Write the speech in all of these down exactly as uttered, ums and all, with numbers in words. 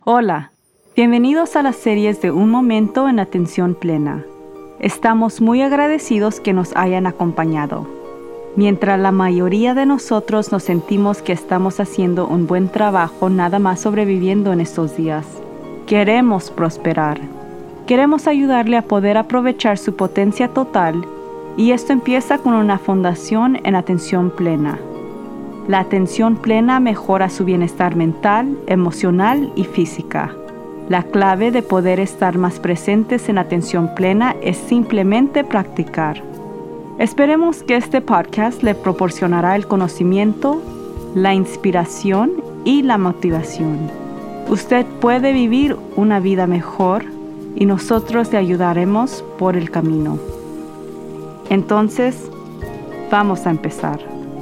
Hola, bienvenidos a las series de Un Momento en Atención Plena. Estamos muy agradecidos que nos hayan acompañado. Mientras la mayoría de nosotros nos sentimos que estamos haciendo un buen trabajo nada más sobreviviendo en estos días, queremos prosperar. Queremos ayudarle a poder aprovechar su potencia total y esto empieza con una fundación en atención plena. La atención plena mejora su bienestar mental, emocional y física. La clave de poder estar más presentes en atención plena es simplemente practicar. Esperemos que este podcast le proporcionará el conocimiento, la inspiración y la motivación. Usted puede vivir una vida mejor y nosotros le ayudaremos por el camino. Entonces, vamos a empezar.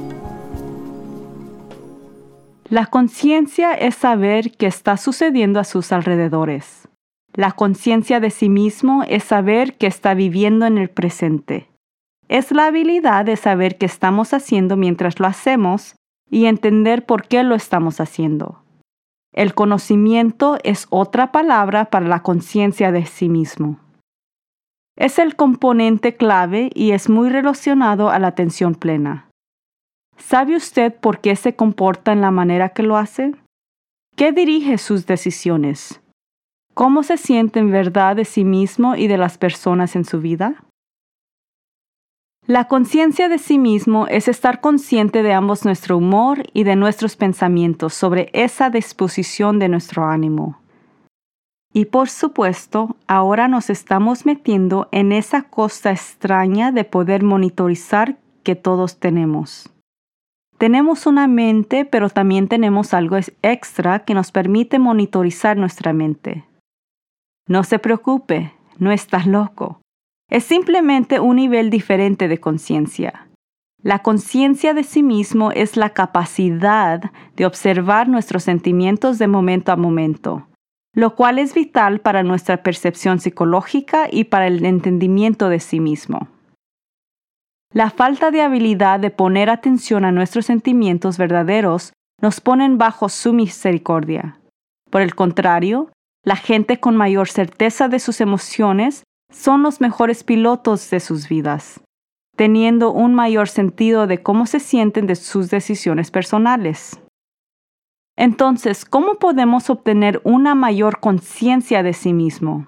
La conciencia es saber qué está sucediendo a sus alrededores. La conciencia de sí mismo es saber que está viviendo en el presente. Es la habilidad de saber qué estamos haciendo mientras lo hacemos y entender por qué lo estamos haciendo. El conocimiento es otra palabra para la conciencia de sí mismo. Es el componente clave y es muy relacionado a la atención plena. ¿Sabe usted por qué se comporta en la manera que lo hace? ¿Qué dirige sus decisiones? ¿Cómo se siente en verdad de sí mismo y de las personas en su vida? La conciencia de sí mismo es estar consciente de ambos nuestro humor y de nuestros pensamientos sobre esa disposición de nuestro ánimo. Y por supuesto, ahora nos estamos metiendo en esa cosa extraña de poder monitorizar que todos tenemos. Tenemos una mente, pero también tenemos algo extra que nos permite monitorizar nuestra mente. No se preocupe, no está loco. Es simplemente un nivel diferente de conciencia. La conciencia de sí mismo es la capacidad de observar nuestros sentimientos de momento a momento, lo cual es vital para nuestra percepción psicológica y para el entendimiento de sí mismo. La falta de habilidad de poner atención a nuestros sentimientos verdaderos nos ponen bajo su misericordia. Por el contrario, la gente con mayor certeza de sus emociones son los mejores pilotos de sus vidas, teniendo un mayor sentido de cómo se sienten de sus decisiones personales. Entonces, ¿cómo podemos obtener una mayor conciencia de sí mismo?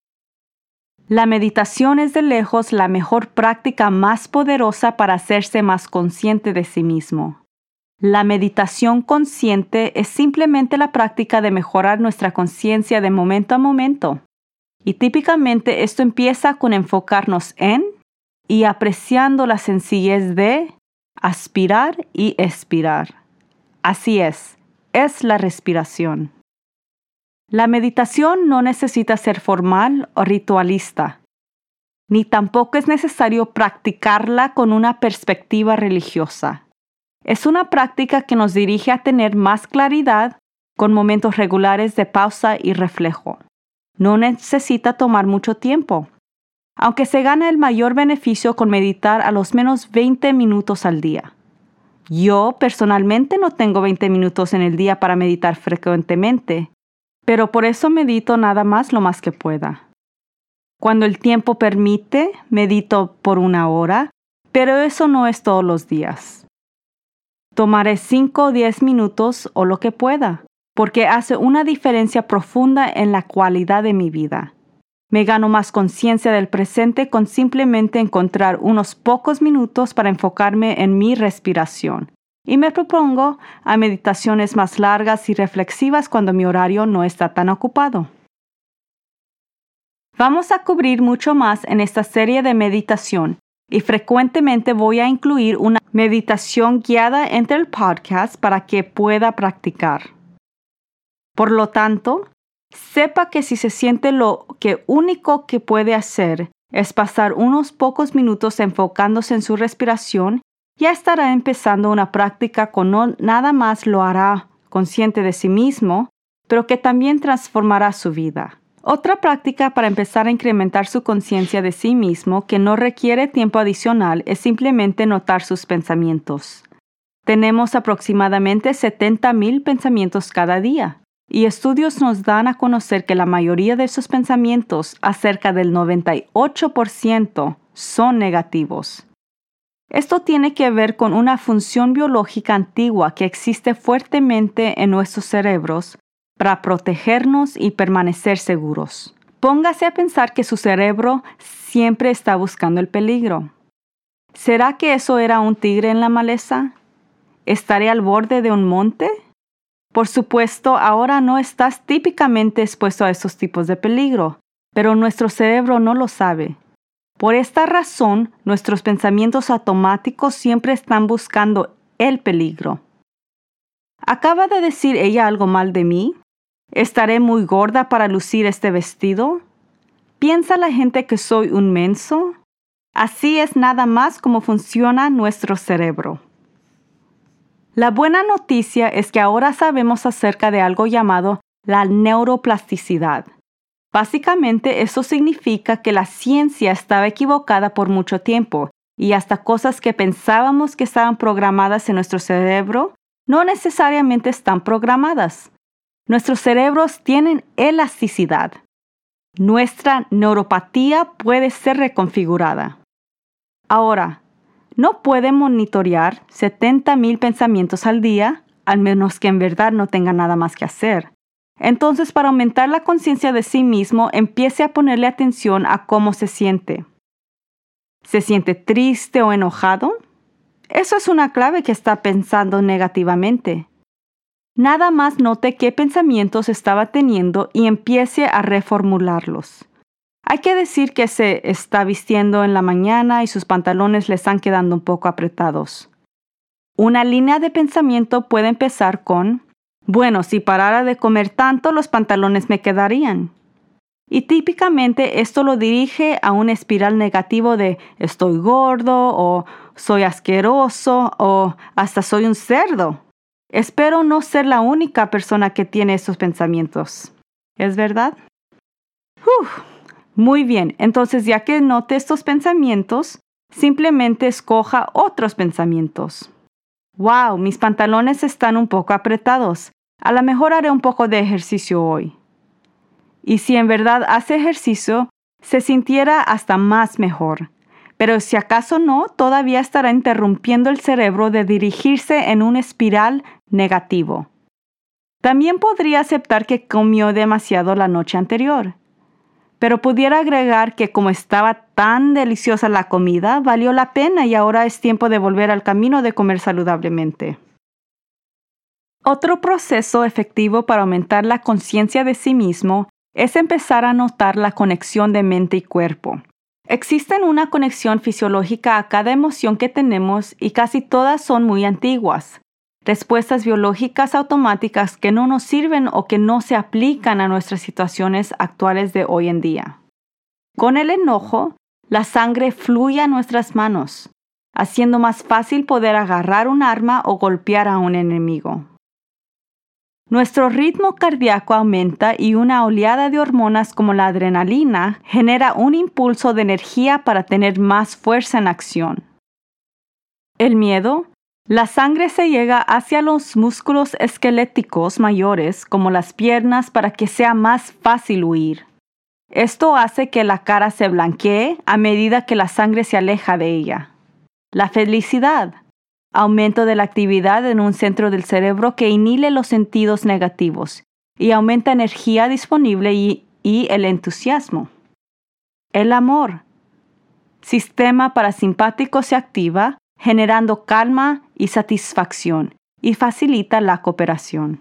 La meditación es de lejos la mejor práctica más poderosa para hacerse más consciente de sí mismo. La meditación consciente es simplemente la práctica de mejorar nuestra conciencia de momento a momento. Y típicamente esto empieza con enfocarnos en y apreciando la sencillez de aspirar y expirar. Así es, es la respiración. La meditación no necesita ser formal o ritualista, ni tampoco es necesario practicarla con una perspectiva religiosa. Es una práctica que nos dirige a tener más claridad con momentos regulares de pausa y reflejo. No necesita tomar mucho tiempo, aunque se gana el mayor beneficio con meditar a los menos veinte minutos al día. Yo personalmente no tengo veinte minutos en el día para meditar frecuentemente, pero por eso medito nada más lo más que pueda. Cuando el tiempo permite, medito por una hora, pero eso no es todos los días. Tomaré cinco o diez minutos o lo que pueda, porque hace una diferencia profunda en la calidad de mi vida. Me gano más conciencia del presente con simplemente encontrar unos pocos minutos para enfocarme en mi respiración. Y me propongo a meditaciones más largas y reflexivas cuando mi horario no está tan ocupado. Vamos a cubrir mucho más en esta serie de meditación y frecuentemente voy a incluir una meditación guiada entre el podcast para que pueda practicar. Por lo tanto, sepa que si se siente lo que único que puede hacer es pasar unos pocos minutos enfocándose en su respiración, ya estará empezando una práctica con no nada más lo hará consciente de sí mismo, pero que también transformará su vida. Otra práctica para empezar a incrementar su conciencia de sí mismo que no requiere tiempo adicional es simplemente notar sus pensamientos. Tenemos aproximadamente setenta mil pensamientos cada día. y estudios nos dan a conocer que la mayoría de esos pensamientos, acerca del noventa y ocho por ciento, son negativos. Esto tiene que ver con una función biológica antigua que existe fuertemente en nuestros cerebros para protegernos y permanecer seguros. Póngase a pensar que su cerebro siempre está buscando el peligro. ¿Será que eso era un tigre en la maleza? ¿Estaré al borde de un monte? Por supuesto, ahora no estás típicamente expuesto a esos tipos de peligro, pero nuestro cerebro no lo sabe. Por esta razón, nuestros pensamientos automáticos siempre están buscando el peligro. ¿Acaba de decir ella algo mal de mí? ¿Estaré muy gorda para lucir este vestido? ¿Piensa la gente que soy un menso? Así es nada más como funciona nuestro cerebro. La buena noticia es que ahora sabemos acerca de algo llamado la neuroplasticidad. Básicamente, eso significa que la ciencia estaba equivocada por mucho tiempo y hasta cosas que pensábamos que estaban programadas en nuestro cerebro no necesariamente están programadas. Nuestros cerebros tienen elasticidad. Nuestra neuropatía puede ser reconfigurada. Ahora, no puede monitorear setenta mil pensamientos al día, al menos que en verdad no tenga nada más que hacer. Entonces, para aumentar la conciencia de sí mismo, empiece a ponerle atención a cómo se siente. ¿Se siente triste o enojado? Eso es una clave que está pensando negativamente. Nada más note qué pensamientos estaba teniendo y empiece a reformularlos. Hay que decir que se está vistiendo en la mañana y sus pantalones le están quedando un poco apretados. Una línea de pensamiento puede empezar con: bueno, si parara de comer tanto, los pantalones me quedarían. Y típicamente esto lo dirige a una espiral negativo de estoy gordo o soy asqueroso o hasta soy un cerdo. Espero no ser la única persona que tiene esos pensamientos. ¿Es verdad? Uf. Muy bien, entonces ya que note estos pensamientos, simplemente escoja otros pensamientos. Wow, mis pantalones están un poco apretados. A lo mejor haré un poco de ejercicio hoy. Y si en verdad hace ejercicio, se sintiera hasta más mejor. Pero si acaso no, todavía estará interrumpiendo el cerebro de dirigirse en un espiral negativo. También podría aceptar que comió demasiado la noche anterior. Pero pudiera agregar que como estaba tan deliciosa la comida, valió la pena y ahora es tiempo de volver al camino de comer saludablemente. Otro proceso efectivo para aumentar la conciencia de sí mismo es empezar a notar la conexión de mente y cuerpo. Existe una conexión fisiológica a cada emoción que tenemos y casi todas son muy antiguas. Respuestas biológicas automáticas que no nos sirven o que no se aplican a nuestras situaciones actuales de hoy en día. Con el enojo, la sangre fluye a nuestras manos, haciendo más fácil poder agarrar un arma o golpear a un enemigo. Nuestro ritmo cardíaco aumenta y una oleada de hormonas como la adrenalina genera un impulso de energía para tener más fuerza en acción. El miedo. La sangre se llega hacia los músculos esqueléticos mayores, como las piernas, para que sea más fácil huir. Esto hace que la cara se blanquee a medida que la sangre se aleja de ella. La felicidad. Aumento de la actividad en un centro del cerebro que inhibe los sentidos negativos y aumenta energía disponible y, y el entusiasmo. El amor. Sistema parasimpático se activa, generando calma y satisfacción, y facilita la cooperación.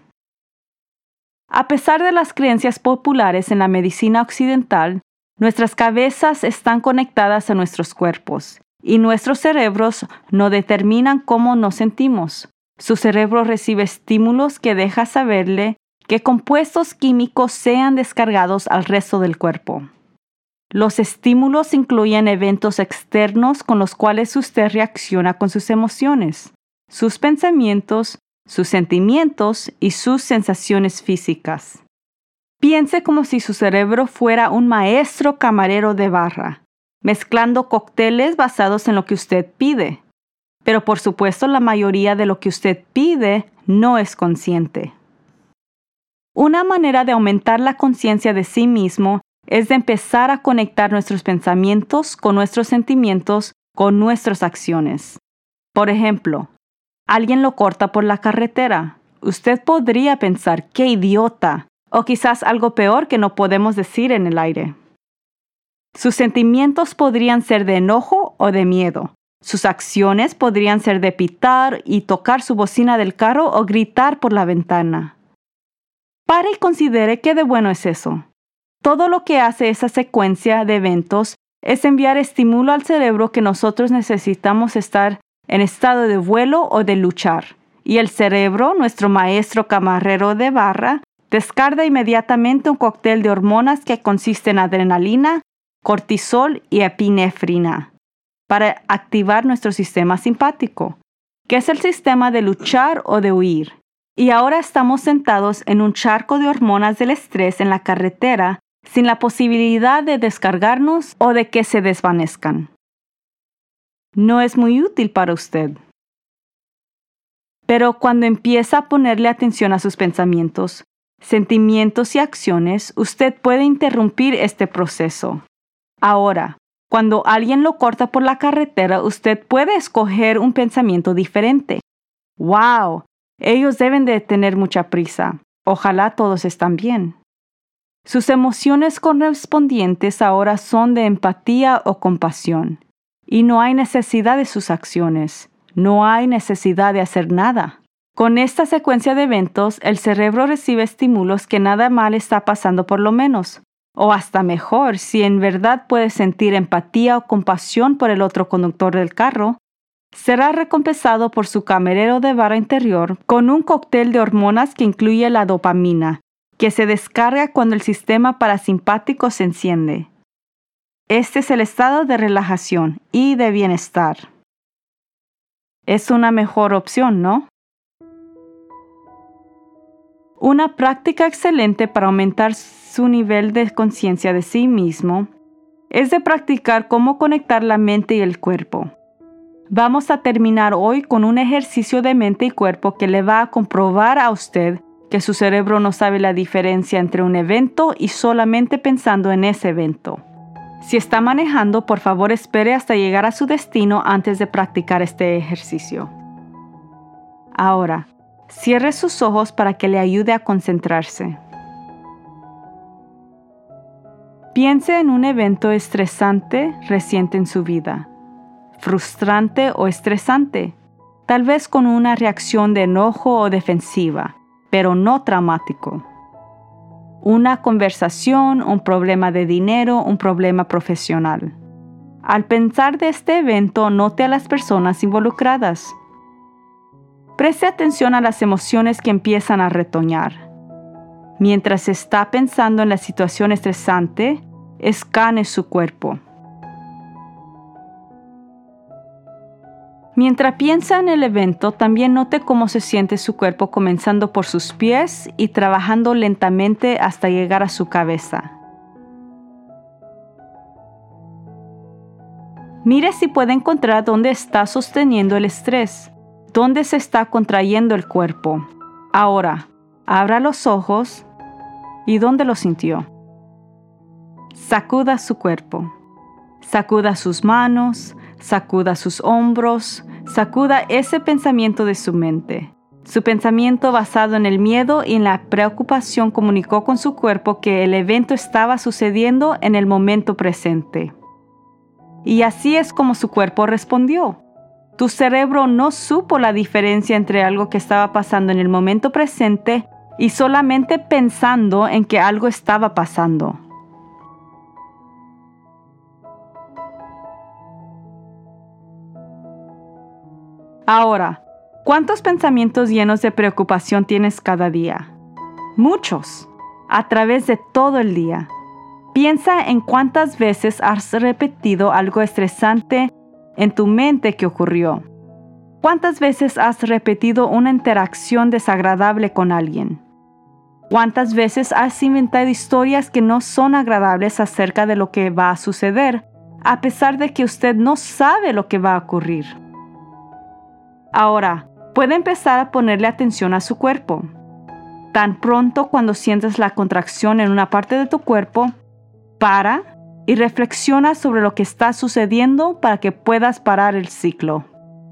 A pesar de las creencias populares en la medicina occidental, nuestras cabezas están conectadas a nuestros cuerpos, y nuestros cerebros no determinan cómo nos sentimos. Su cerebro recibe estímulos que dejan saberle qué compuestos químicos sean descargados al resto del cuerpo. Los estímulos incluyen eventos externos con los cuales usted reacciona con sus emociones, sus pensamientos, sus sentimientos y sus sensaciones físicas. Piense como si su cerebro fuera un maestro camarero de barra, mezclando cócteles basados en lo que usted pide. Pero por supuesto la mayoría de lo que usted pide no es consciente. Una manera de aumentar la conciencia de sí mismo es de empezar a conectar nuestros pensamientos con nuestros sentimientos, con nuestras acciones. Por ejemplo, alguien lo corta por la carretera. Usted podría pensar, ¡qué idiota! O quizás algo peor que no podemos decir en el aire. Sus sentimientos podrían ser de enojo o de miedo. Sus acciones podrían ser de pitar y tocar su bocina del carro o gritar por la ventana. Pare y considere qué de bueno es eso. Todo lo que hace esa secuencia de eventos es enviar estímulo al cerebro que nosotros necesitamos estar en estado de vuelo o de luchar. Y el cerebro, nuestro maestro camarero de barra, descarga inmediatamente un cóctel de hormonas que consiste en adrenalina, cortisol y epinefrina para activar nuestro sistema simpático, que es el sistema de luchar o de huir. Y ahora estamos sentados en un charco de hormonas del estrés en la carretera sin la posibilidad de descargarnos o de que se desvanezcan. No es muy útil para usted. Pero cuando empieza a ponerle atención a sus pensamientos, sentimientos y acciones, usted puede interrumpir este proceso. Ahora, cuando alguien lo corta por la carretera, usted puede escoger un pensamiento diferente. ¡Wow! Ellos deben de tener mucha prisa. Ojalá todos están bien. Sus emociones correspondientes ahora son de empatía o compasión. Y no hay necesidad de sus acciones. No hay necesidad de hacer nada. Con esta secuencia de eventos, el cerebro recibe estímulos que nada mal está pasando por lo menos. O hasta mejor, si en verdad puede sentir empatía o compasión por el otro conductor del carro, será recompensado por su camarero de barra interior con un cóctel de hormonas que incluye la dopamina, que se descarga cuando el sistema parasimpático se enciende. Este es el estado de relajación y de bienestar. Es una mejor opción, ¿no? Una práctica excelente para aumentar su nivel de conciencia de sí mismo es de practicar cómo conectar la mente y el cuerpo. Vamos a terminar hoy con un ejercicio de mente y cuerpo que le va a comprobar a usted que su cerebro no sabe la diferencia entre un evento y solamente pensando en ese evento. Si está manejando, por favor espere hasta llegar a su destino antes de practicar este ejercicio. Ahora, cierre sus ojos para que le ayude a concentrarse. Piense en un evento estresante reciente en su vida, frustrante o estresante, tal vez con una reacción de enojo o defensiva, pero no traumático. Una conversación, un problema de dinero, un problema profesional. Al pensar de este evento, note a las personas involucradas. Preste atención a las emociones que empiezan a retoñar. Mientras está pensando en la situación estresante, escanee su cuerpo. Mientras piensa en el evento, también note cómo se siente su cuerpo comenzando por sus pies y trabajando lentamente hasta llegar a su cabeza. Mire si puede encontrar dónde está sosteniendo el estrés, dónde se está contrayendo el cuerpo. Ahora, abra los ojos y dónde lo sintió. Sacuda su cuerpo. Sacuda sus manos, sacuda sus hombros, sacuda ese pensamiento de su mente. Su pensamiento basado en el miedo y en la preocupación comunicó con su cuerpo que el evento estaba sucediendo en el momento presente. Y así es como su cuerpo respondió. Tu cerebro no supo la diferencia entre algo que estaba pasando en el momento presente y solamente pensando en que algo estaba pasando. Ahora, ¿cuántos pensamientos llenos de preocupación tienes cada día? Muchos, a través de todo el día. Piensa en cuántas veces has repetido algo estresante en tu mente que ocurrió. ¿Cuántas veces has repetido una interacción desagradable con alguien? ¿Cuántas veces has inventado historias que no son agradables acerca de lo que va a suceder, a pesar de que usted no sabe lo que va a ocurrir? Ahora, puede empezar a ponerle atención a su cuerpo. Tan pronto cuando sientes la contracción en una parte de tu cuerpo, para y reflexiona sobre lo que está sucediendo para que puedas parar el ciclo.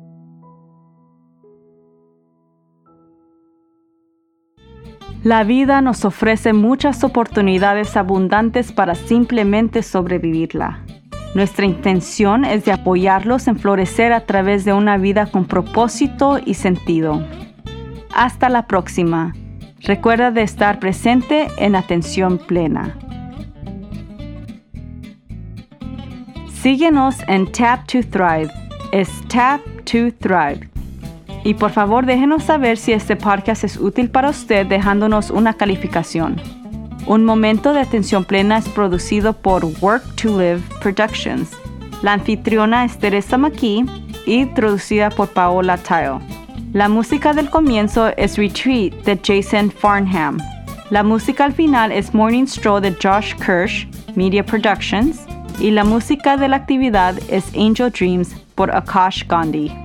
La vida nos ofrece muchas oportunidades abundantes para simplemente sobrevivirla. Nuestra intención es de apoyarlos en florecer a través de una vida con propósito y sentido. Hasta la próxima. Recuerda de estar presente en atención plena. Síguenos en Tap to Thrive. Es Tap to Thrive. Y por favor déjenos saber si este podcast es útil para usted dejándonos una calificación. Un momento de atención plena es producido por Work to Live Productions. La anfitriona es Teresa McKee y producida por Paola Tile. La música del comienzo es Retreat de Jason Farnham. La música al final es Morning Stroll de Josh Kirsch, Media Productions. Y la música de la actividad es Angel Dreams por Akash Gandhi.